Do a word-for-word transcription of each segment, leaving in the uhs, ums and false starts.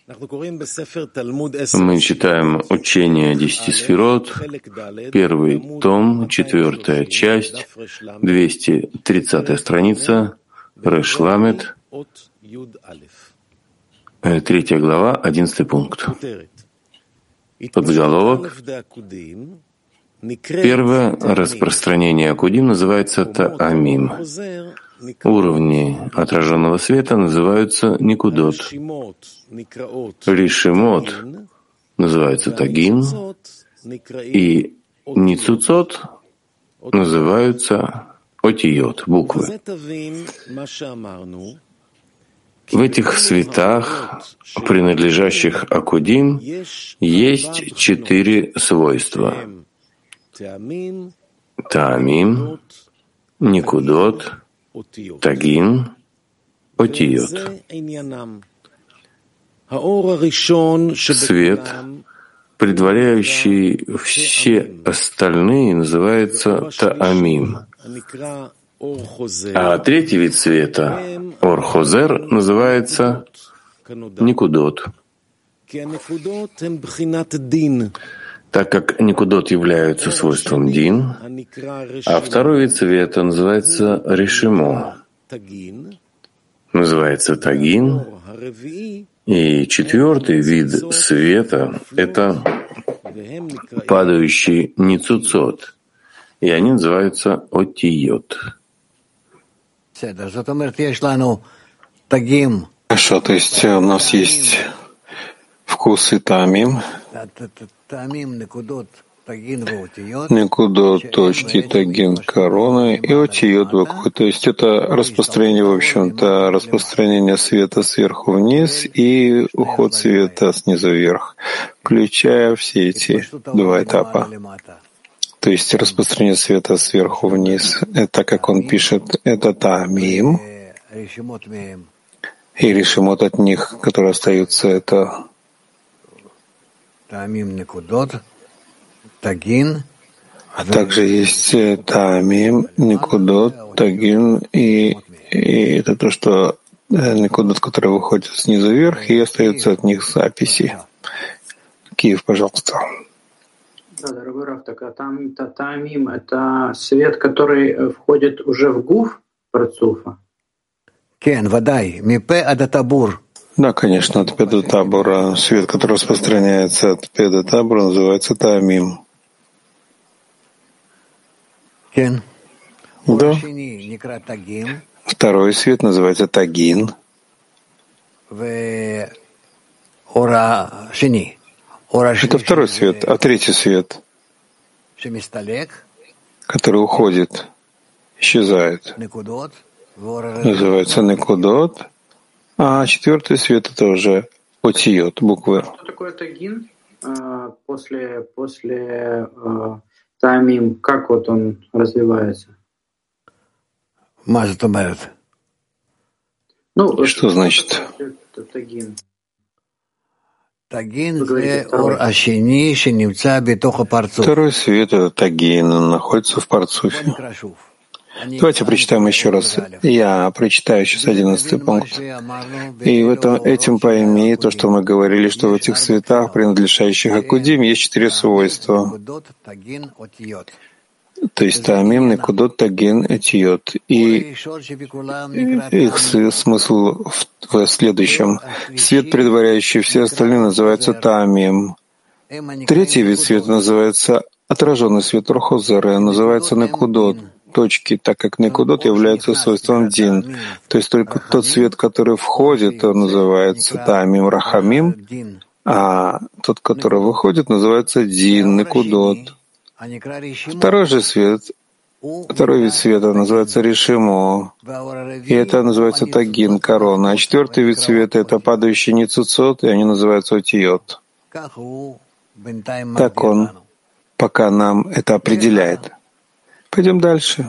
Мы читаем учение десяти сферот, первый том, четвертая часть, двести тридцатая страница, Реш Ламед, третья глава, одиннадцатый пункт. Подзаголовок. Первое распространение Акудим называется Таамим. Уровни отраженного света называются Никудот. Ришимот называется Тагин, и Ницуцот называются Отиот, буквы. В этих светах, принадлежащих Акудим, есть четыре свойства. Таамим, Никудот, Тагин, Отиот. Свет, предваряющий все остальные, называется Таамим. А третий вид света, Ор-Хозер, называется Никудот. Так как Никудот являются свойством Дин, а второй вид света называется Решимо, называется Тагин, и четвертый вид света — это падающий Ницуцот, и они называются Отиот. Хорошо, то есть у нас есть вкусы Таамим, Никудот, точки, Тагин, корона и Отиот, буквы. То есть это распространение, в общем-то, распространение света сверху вниз и уход света снизу вверх, включая все эти два этапа. То есть распространение света сверху вниз, это, как он пишет, это Таамим, и решимот от них, которые остаются, это а также есть Таамим, Никудот, Тагин, и, и это то, что Никудот, который выходит снизу вверх, и остаются от них записи. Киев, пожалуйста. Да, дорогой Раф, так а там Таамим — это свет, который входит уже в гуф Парцуфа? Да, конечно, от педа табура. Свет, который распространяется от педа табура, называется Таамим. Да. Второй свет называется Тагин. Это второй свет, а третий свет, который уходит, исчезает, называется Никудот. А четвертый свет — это уже Отиот, буквы. А что такое Тагин после, после э, Таамим? Как вот он развивается? Ну, что значит? Тагин. Второй свет — это Тагин, он находится в Парцуфе. Давайте прочитаем еще раз. Я прочитаю сейчас одиннадцатый пункт. И в этом, этим пойми то, что мы говорили, что в этих светах, принадлежащих Акудим, есть четыре свойства. То есть Таамим, Никудот, Тагин, Отиот. И их смысл в следующем. Свет, предваряющий все остальные, называется Таамим. Третий вид света называется отраженный свет Ор-Хозер, называется Никудот, точки, так как Никудот является свойством Дин. То есть только тот свет, который входит, он называется Таамим Рахамим, а тот, который выходит, называется Дин, Никудот. Второй же свет, второй вид света называется Решимо, и это называется Тагин, корона. А четвертый вид света — это падающий Ницуцот, и они называются Отиот. Так он пока нам это определяет. Пойдем дальше.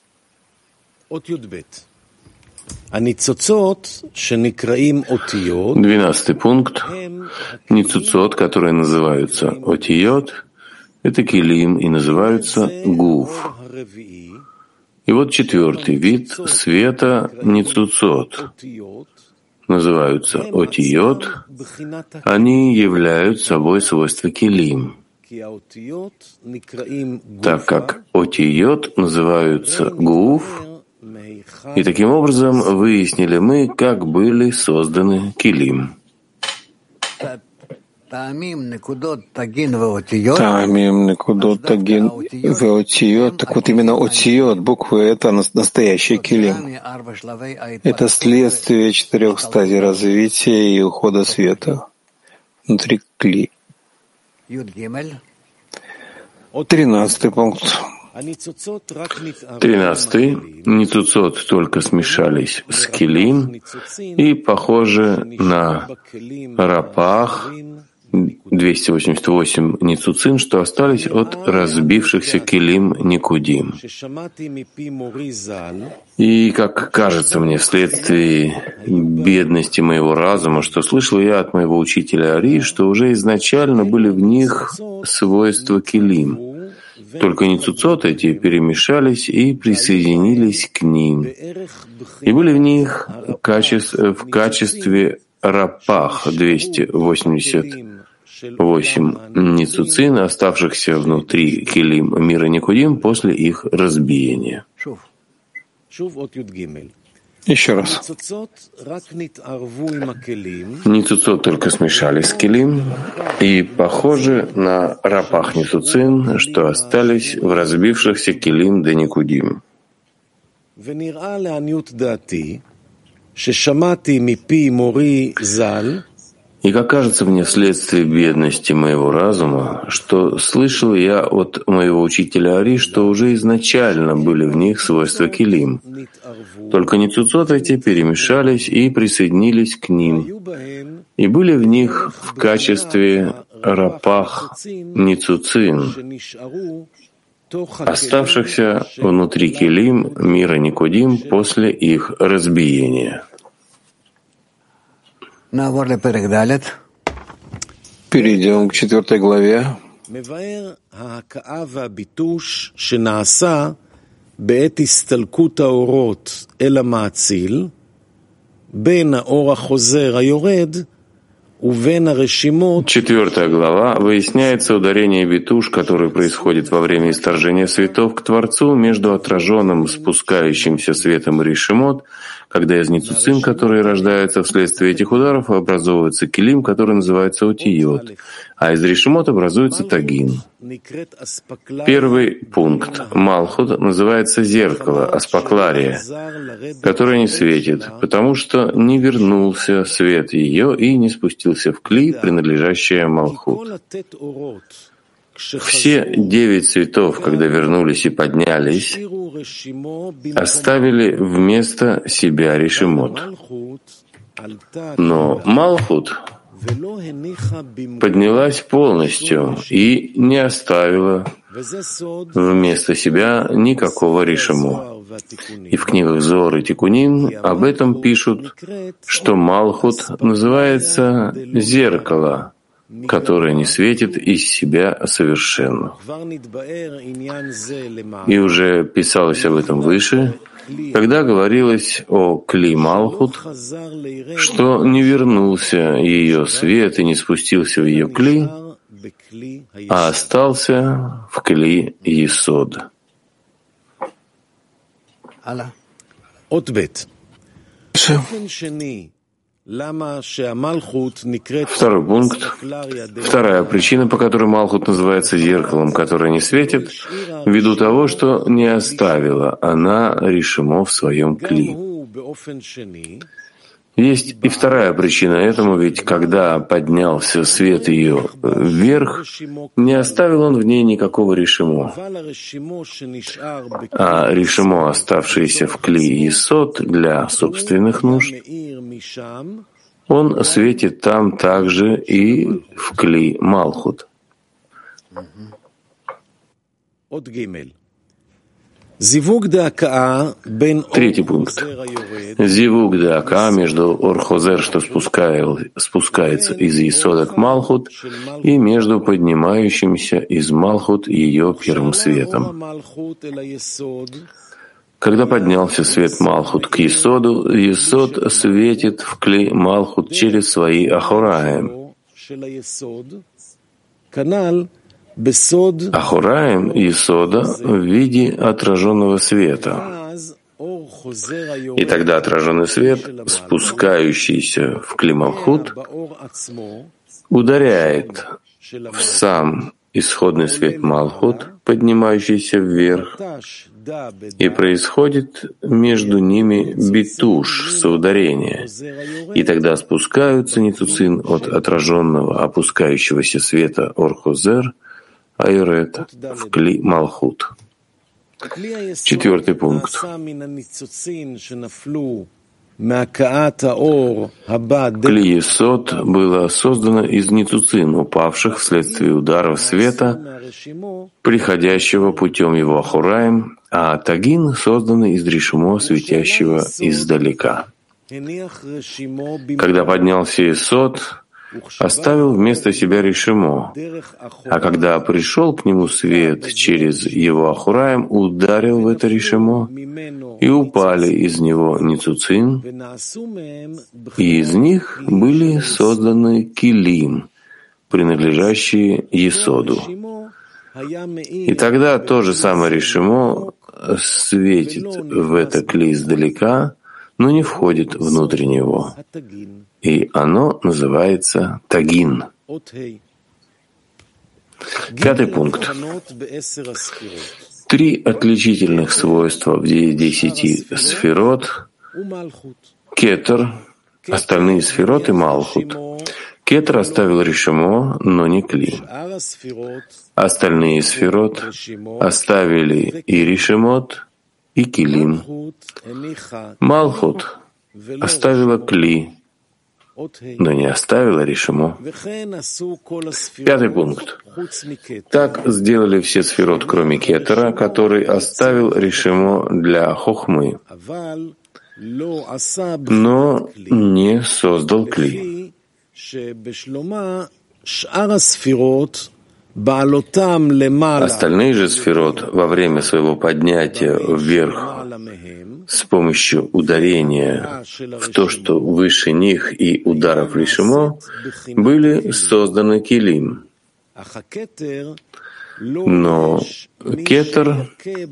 Двенадцатый пункт. Ницуцот, которые называются Отиот, это килим и называются гуф. И вот четвертый вид света Ницуцот называются отиот, они являют собой свойства килим, так как отиот называются гуф, и таким образом выяснили мы, как были созданы килим. Таамим, некудот, тагин, веотиот. Так вот именно отиот, буквы — это настоящий килим. Это следствие четырех стадий развития и ухода света внутри кли. Тринадцатый пункт. Тринадцатый. Ницуцот только смешались с килим и похожи на рапах, двести восемьдесят восемь ницуцин, что остались от разбившихся килим никудим. И, как кажется мне, вследствие бедности моего разума, что слышал я от моего учителя Ари, что уже изначально были в них свойства килим, только ницуцот эти перемешались и присоединились к ним, и были в них каче- в качестве рапах двести восемьдесят восемь ницуцин, оставшихся внутри килим мира никудим после их разбиения. Еще раз. Ницуцот только смешались с килим и похожи на рапах ницуцин, что остались в разбившихся килим да никудим. И как кажется мне вследствие бедности моего разума, что слышал я от моего учителя Ари, что уже изначально были в них свойства килим, только ницуцот эти перемешались и присоединились к ним, и были в них в качестве рапах ницуцин, оставшихся внутри килим мира никудим после их разбиения. Перейдем к четвертой главе. Четвертая глава выясняется ударение битуш, которое происходит во время исторжения светов к Творцу между отраженным спускающимся светом решимот, когда из ницуцин, которые рождаются вследствие этих ударов, образовывается килим, который называется утиот, а из решимот образуется тагин. Первый пункт. Малхут называется зеркало, аспаклария, которое не светит, потому что не вернулся свет ее и не спустился в кли, принадлежащее Малхут. Все девять цветов, когда вернулись и поднялись, оставили вместо себя решимот. Но Малхут поднялась полностью и не оставила вместо себя никакого решимо. И в книгах Зор и Тикуним об этом пишут, что Малхут называется «зеркало», которое не светит из себя совершенно. И уже писалось об этом выше, когда говорилось о Кли Малхут, что не вернулся ее свет и не спустился в ее Кли, а остался в Кли Есод. Второй пункт. Вторая причина, по которой Малхут называется зеркалом, которое не светит, ввиду того, что не оставила она решимо в своем кли. Есть и вторая причина этому, ведь когда поднялся свет ее вверх, не оставил он в ней никакого решимо. А решимо, оставшееся в кли Есод для собственных нужд, он светит там также и в кли Малхут. Третий пункт. Зивук де Ака между Орхозер, что спускается из Есода к Малхут, и между поднимающимся из Малхут ее первым светом. Когда поднялся свет Малхут к Есоду, Есод светит в Кли Малхут через свои Ахураим. Ахураим Есода в виде отраженного света. И тогда отраженный свет, спускающийся в Кли Малхут, ударяет в сам исходный свет Малхут, поднимающийся вверх, и происходит между ними битуш, соударение. И тогда спускаются ницуцин от отраженного, опускающегося света Орхозер, Айрет, в Кли Малхут. Четвертый пункт. Кли Есод было создано из ницуцин, упавших вследствие ударов света, приходящего путем его Ахураим, а Тагин созданный из Ришимо, светящего издалека. Когда поднялся Есод, оставил вместо себя Ришимо, а когда пришел к нему свет через его Ахураим, ударил в это Ришимо, и упали из него ницуцин, и из них были созданы килим, принадлежащие Есоду. И тогда то же самое Ришимо светит в это кли издалека, но не входит внутрь него. И оно называется Тагин. Пятый пункт. Три отличительных свойства в десяти сферот — Кетер, остальные сферот и Малхут. Кетер оставил Ришимо, но не Кли. Остальные сферот оставили и Ришимот, и Килим. Малхут оставила Кли, но не оставила Ришимо. Пятый пункт. Так сделали все сферот, кроме Кетера, который оставил Ришимо для Хохмы, но не создал Кли. Остальные же сферот во время своего поднятия вверх с помощью ударения в то, что выше них, и ударов Ришимо, были созданы килим. Но Кетер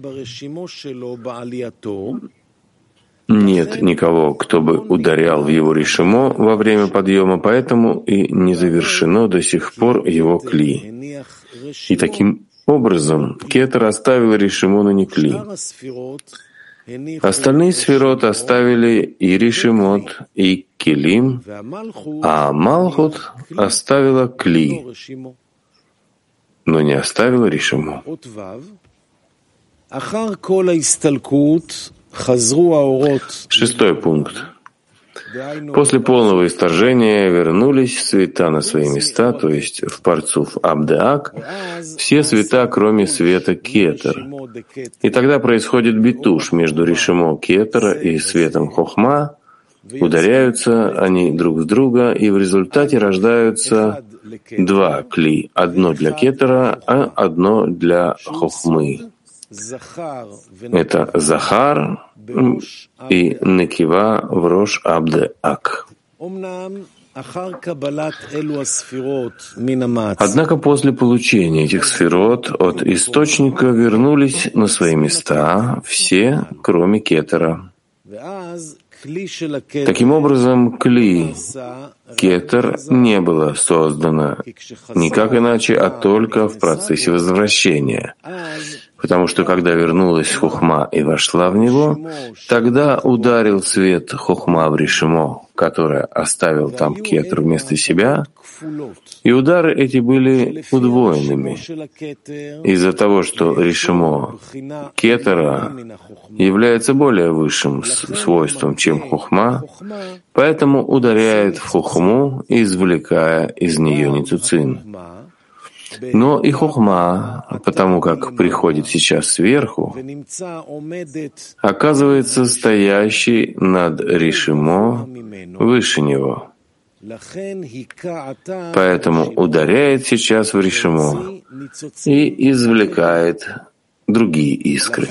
нет никого, кто бы ударял в его Ришимо во время подъема, поэтому и не завершено до сих пор его Кли. И таким образом Кетер оставил Ришимо, но не Кли. Остальные сферот оставили и Ришимот, и Килим, а Малхут оставила Кли, но не оставила Ришимо. Шестой пункт. После полного исторжения вернулись света на свои места, то есть в Парцуф Абдеак, все света, кроме света Кетер. И тогда происходит битуш между Ришимо Кетера и светом Хохма, ударяются они друг в друга, и в результате рождаются два кли, одно для Кетера, а одно для Хохмы. Это Захар и Некива в Рош Абде-Ак. Однако после получения этих сферот от источника вернулись на свои места все, кроме Кетера. Таким образом, кли Кетер не было создано никак иначе, а только в процессе возвращения. Потому что когда вернулась Хохма и вошла в него, тогда ударил свет Хохма в Ришимо, который оставил там Кетер вместо себя, и удары эти были удвоенными. Из-за того, что Ришимо Кетера является более высшим свойством, чем Хохма, поэтому ударяет в Хохму, извлекая из нее ницуцин. Но и Хохма, потому как приходит сейчас сверху, оказывается стоящий над Ришимо выше него. Поэтому ударяет сейчас в Ришимо и извлекает другие искры.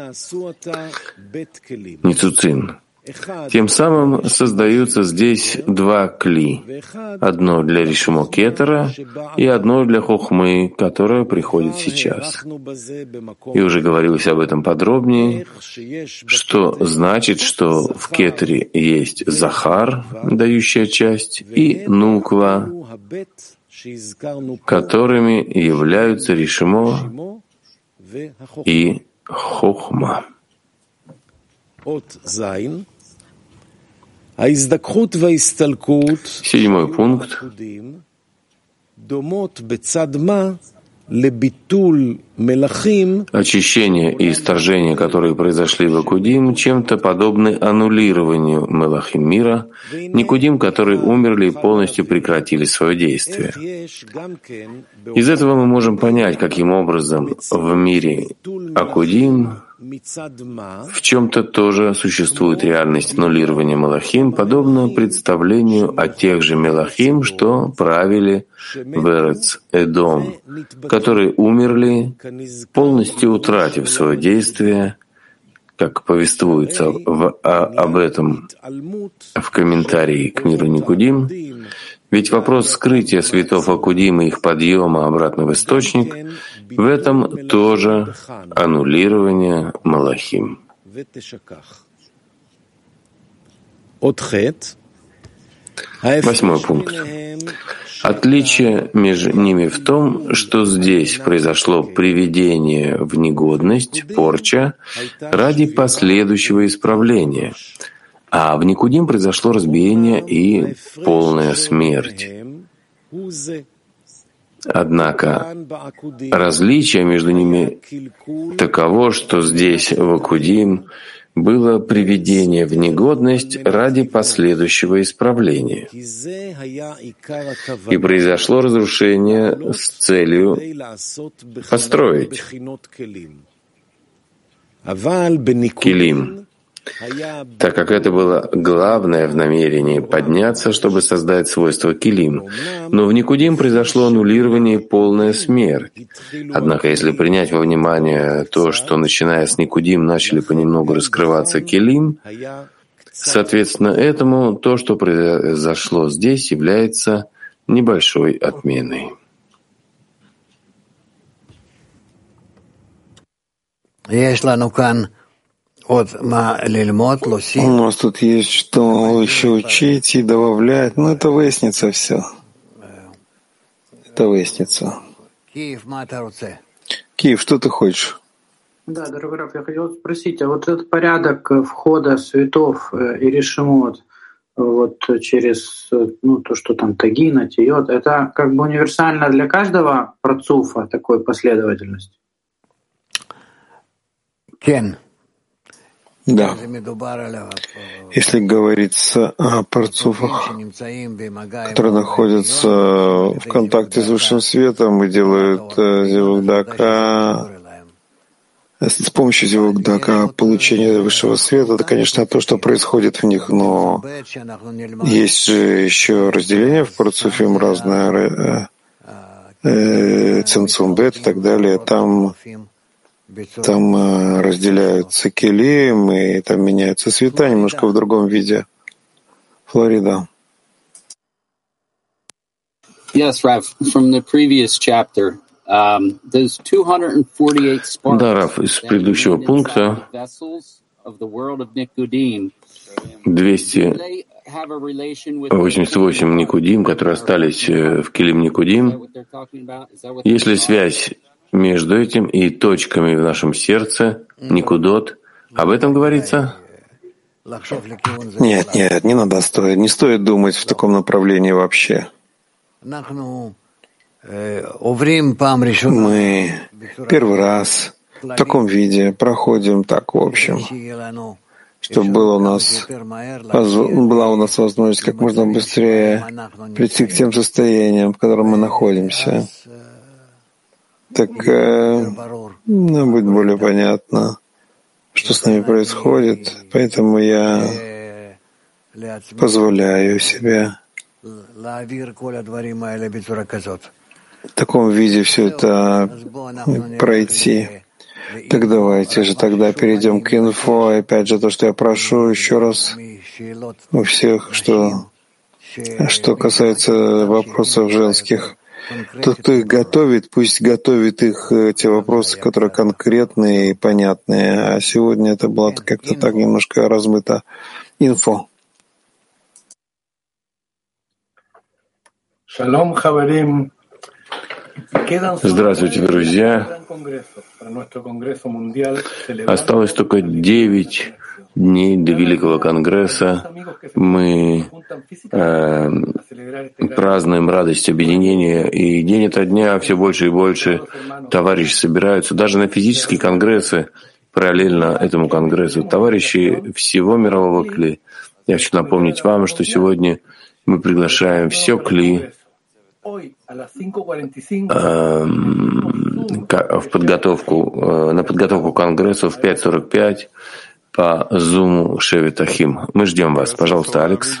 Ницуцин. Тем самым создаются здесь два кли. Одно для Ришимо Кетера и одно для Хохмы, которое приходит сейчас. И уже говорилось об этом подробнее, что значит, что в Кетере есть Захар, дающая часть, и Нуква, которыми являются Ришимо и Хохма. Седьмой пункт. Очищение и исторжение, которые произошли в Акудим, чем-то подобны аннулированию Мелахим мира, Никудим, которые умерли и полностью прекратили свое действие. Из этого мы можем понять, каким образом в мире Акудим в чем-то тоже существует реальность аннулирования Мелахим, подобно представлению о тех же Мелахим, что правили в Эрец Эдом, которые умерли, полностью утратив свое действие, как повествуется в, а, об этом в комментарии к миру Никудим. Ведь вопрос скрытия светов Акудим и их подъема обратно в источник — в этом тоже аннулирование Малахим. Восьмой пункт. Отличие между ними в том, что здесь произошло приведение в негодность, порча, ради последующего исправления, а в Никудим произошло разбиение и полная смерть. Однако различие между ними таково, что здесь в Акудим было приведение в негодность ради последующего исправления. И произошло разрушение с целью построить килим, так как это было главное в намерении подняться, чтобы создать свойства килим. Но в Никудим произошло аннулирование и полная смерть. Однако, если принять во внимание то, что, начиная с Никудим, начали понемногу раскрываться килим, соответственно этому, то, что произошло здесь, является небольшой отменой. У нас тут есть что еще учить и добавлять, но это выяснится все. Это выяснится. Киев, что ты хочешь? Да, дорогой Раф, я хотел спросить, а вот этот порядок входа светов и решимот вот через ну, то, что там тагина, тиот, это как бы универсально для каждого парцуфа такой последовательность? Кен. Да. Если говорится о парцуфах, которые находятся в контакте с высшим светом и делают зивугдака, с помощью зивугдака получения высшего света, это, конечно, то, что происходит в них, но есть же еще разделение в парцуфе, разное, цинцум бет и так далее. Там Там э, разделяются келим, и там меняются цвета немножко в другом виде. Флорида. Yes, Rav, from the previous chapter, um, those two hundred forty-eight sparks. Да, Раф, из предыдущего пункта двести восемьдесят восемь Никудим, которые остались в келим Никудим. Есть ли связь между этим и точками в нашем сердце, никудот? Об этом говорится? Нет, нет, не надо стоит, не стоит думать в таком направлении вообще. Мы первый раз в таком виде проходим так, в общем, чтобы было у нас, была у нас возможность как можно быстрее прийти к тем состояниям, в которых мы находимся. Так э, нам будет более понятно, что с нами происходит, поэтому я позволяю себе в таком виде все это пройти. Так давайте же тогда перейдем к инфо. И опять же, то, что я прошу еще раз у всех, что, что касается вопросов женских. Тот, кто их готовит, пусть готовит их те вопросы, которые конкретные и понятные. А сегодня это было как-то так немножко размыто. Инфо. Здравствуйте, друзья. Осталось только девять дней до Великого Конгресса. Мы э, празднуем радость объединения, и день ото дня все больше и больше товарищи собираются. Даже на физические конгрессы, параллельно этому конгрессу, товарищи всего мирового Кли. Я хочу напомнить вам, что сегодня мы приглашаем все Кли в подготовку, на подготовку к конгрессу в пять сорок пять по зуму Шевет Ахим. Мы ждем вас. Пожалуйста, Алекс.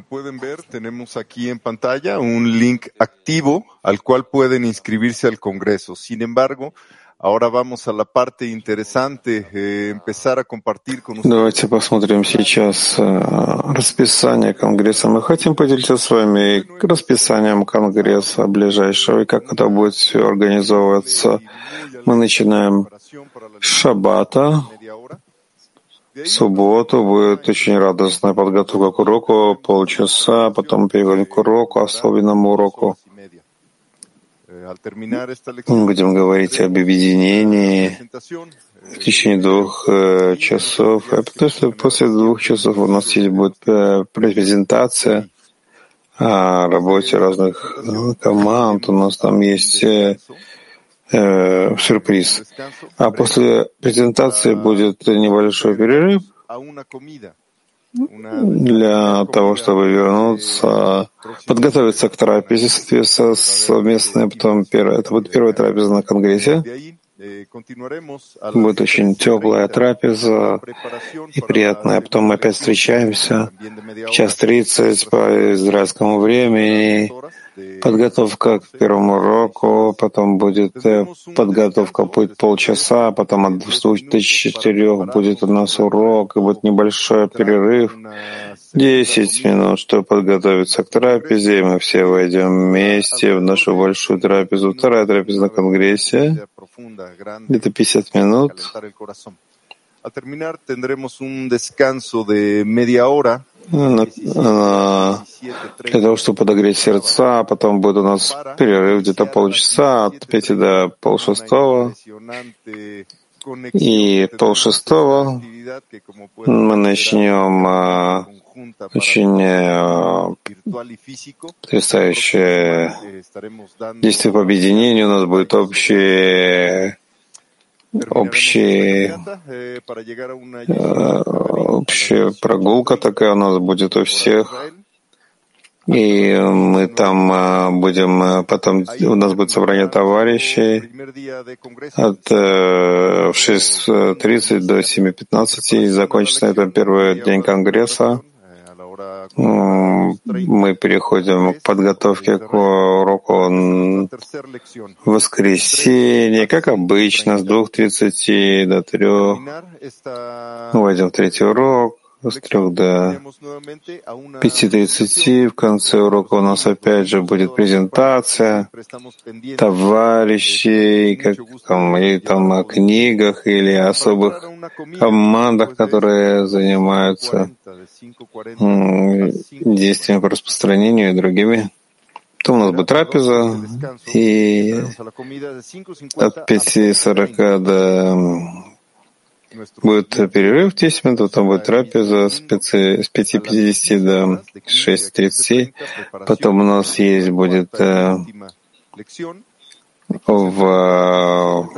Давайте посмотрим сейчас расписание Конгресса. Мы хотим поделиться с вами расписанием Конгресса ближайшего и как это будет все организовываться. Мы начинаем с шаббата. В субботу будет очень радостная подготовка к уроку, полчаса, потом переходим к уроку, особенному уроку. Мы будем говорить об объединении в течение двух э, часов. А потому что после двух часов у нас есть будет э, презентация о работе разных э, команд. У нас там есть э, э, сюрприз. А после презентации будет небольшой перерыв для того, чтобы вернуться, подготовиться к трапезе, соответственно, совместная, потом первая, это будет первая трапеза на Конгрессе. Будет очень теплая трапеза и приятная. Потом мы опять встречаемся в час тридцать по израильскому времени. Подготовка к первому уроку, потом будет подготовка будет полчаса, потом от двух до четырех будет у нас урок, и будет небольшой перерыв, десять минут, чтобы подготовиться к трапезе, и мы все войдем вместе в нашу большую трапезу. Вторая трапеза на Конгрессе, где-то пятьдесят минут. Для того, чтобы подогреть сердца, потом будет у нас перерыв где-то полчаса, от пяти до полшестого. И полшестого мы начнем а, очень а, потрясающее действие по объединению. У нас будет общее Общие, общая прогулка такая у нас будет у всех. И мы там будем, потом у нас будет собрание товарищей от в шесть тридцать до семь пятнадцать, и закончится на этом первый день Конгресса. Мы переходим к подготовке к уроку в воскресенье, как обычно, с двух тридцати до трех. Мы войдем в третий урок, с трех до пяти тридцати. В конце урока у нас опять же будет презентация товарищей, как там, и там о книгах или о особых командах, которые занимаются действиями по распространению и другими. Потом у нас будет трапеза, и от пяти сорока до будет перерыв десять минут, потом будет трапеза с пяти пятидесяти до шести тридцати. Потом у нас есть будет э, в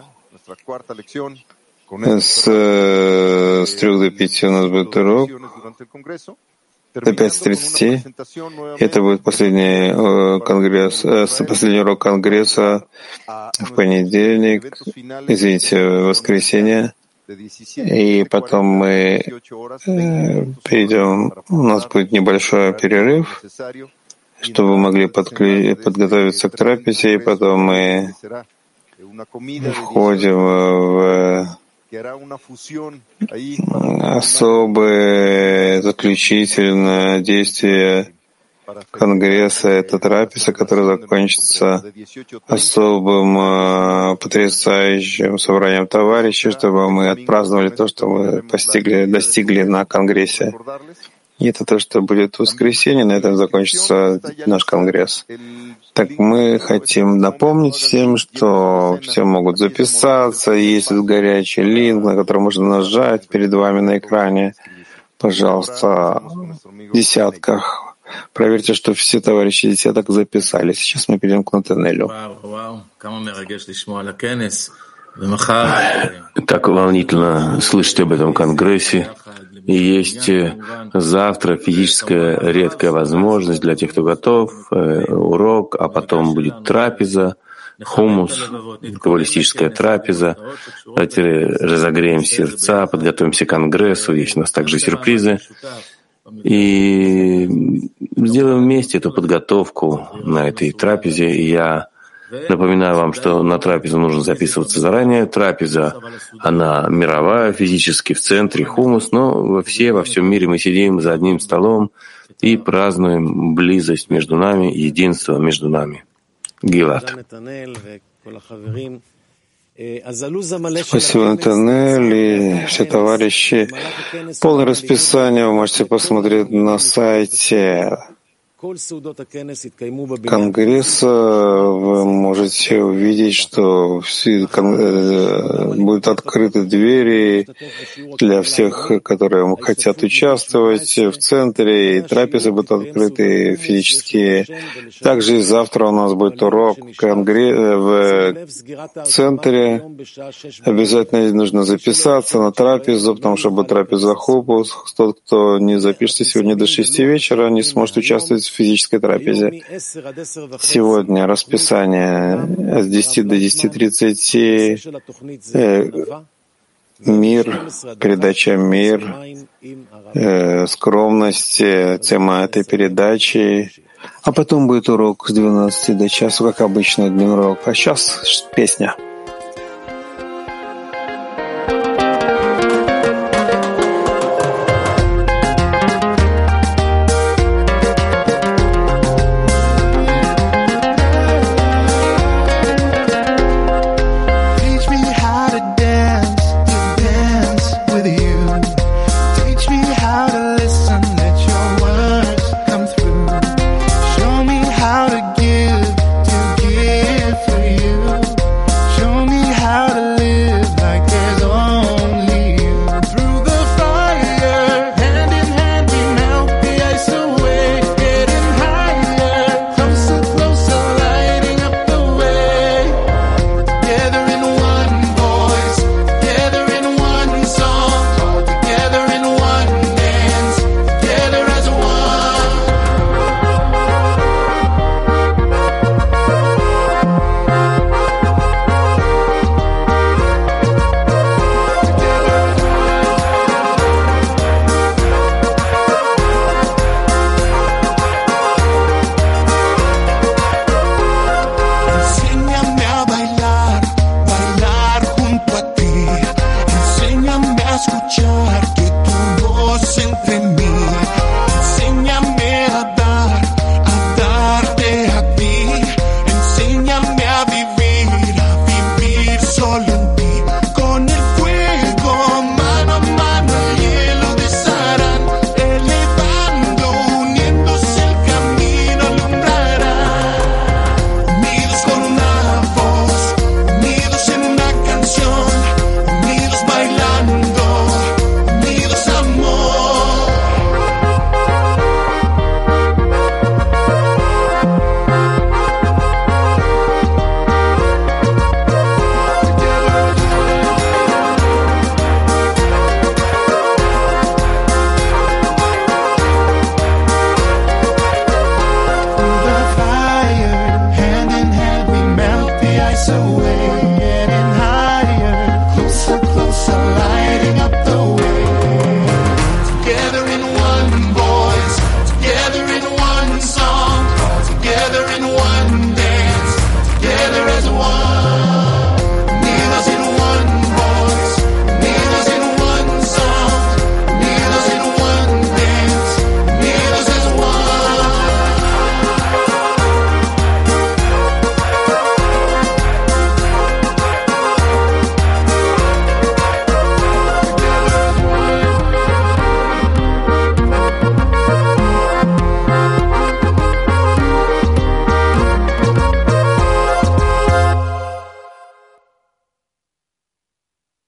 С, с трех до пяти у нас будет урок, до пяти тридцати. Это будет последний конгресс, последний урок конгресса в понедельник, извините, в воскресенье. И потом мы перейдем, у нас будет небольшой перерыв, чтобы вы могли подклю... подготовиться к трапезе, и потом мы входим в особое заключительное действие Конгресса. Это трапеза, которая закончится особым потрясающим собранием товарищей, чтобы мы отпраздновали то, что мы постигли, достигли на Конгрессе. И это то, что будет в воскресенье, на этом закончится наш Конгресс. Так мы хотим напомнить всем, что все могут записаться, есть тут горячий линк, на который можно нажать перед вами на экране. Пожалуйста, в десятках. Проверьте, что все товарищи десяток записались. Сейчас мы перейдем к Натанелю. Так волнительно слышать об этом Конгрессе. И есть завтра физическая редкая возможность для тех, кто готов, урок, а потом будет трапеза, хумус, каббалистическая трапеза. Давайте разогреем сердца, подготовимся к Конгрессу, есть у нас также сюрпризы. И сделаем вместе эту подготовку на этой трапезе. И я напоминаю вам, что на трапезу нужно записываться заранее. Трапеза, она мировая, физически в центре, хумус, но все во всем мире мы сидим за одним столом и празднуем близость между нами, единство между нами. Гилат. Спасибо, Натанель и все товарищи. Полное расписание вы можете посмотреть на сайте Конгресса. Вы можете увидеть, что все, э, будут открыты двери для всех, которые хотят участвовать в центре, и трапезы будут открыты физические. Также и завтра у нас будет урок в, конгре... в центре. Обязательно нужно записаться на трапезу, потому что будет трапеза хупус. Тот, кто не запишется сегодня до шести вечера, не сможет участвовать в физической трапезе. Сегодня расписание с десяти до десяти тридцати, э, мир, передача «Мир», э, скромность, тема этой передачи. А потом будет урок с двенадцати до часу, как обычно, дневной урок. А сейчас песня.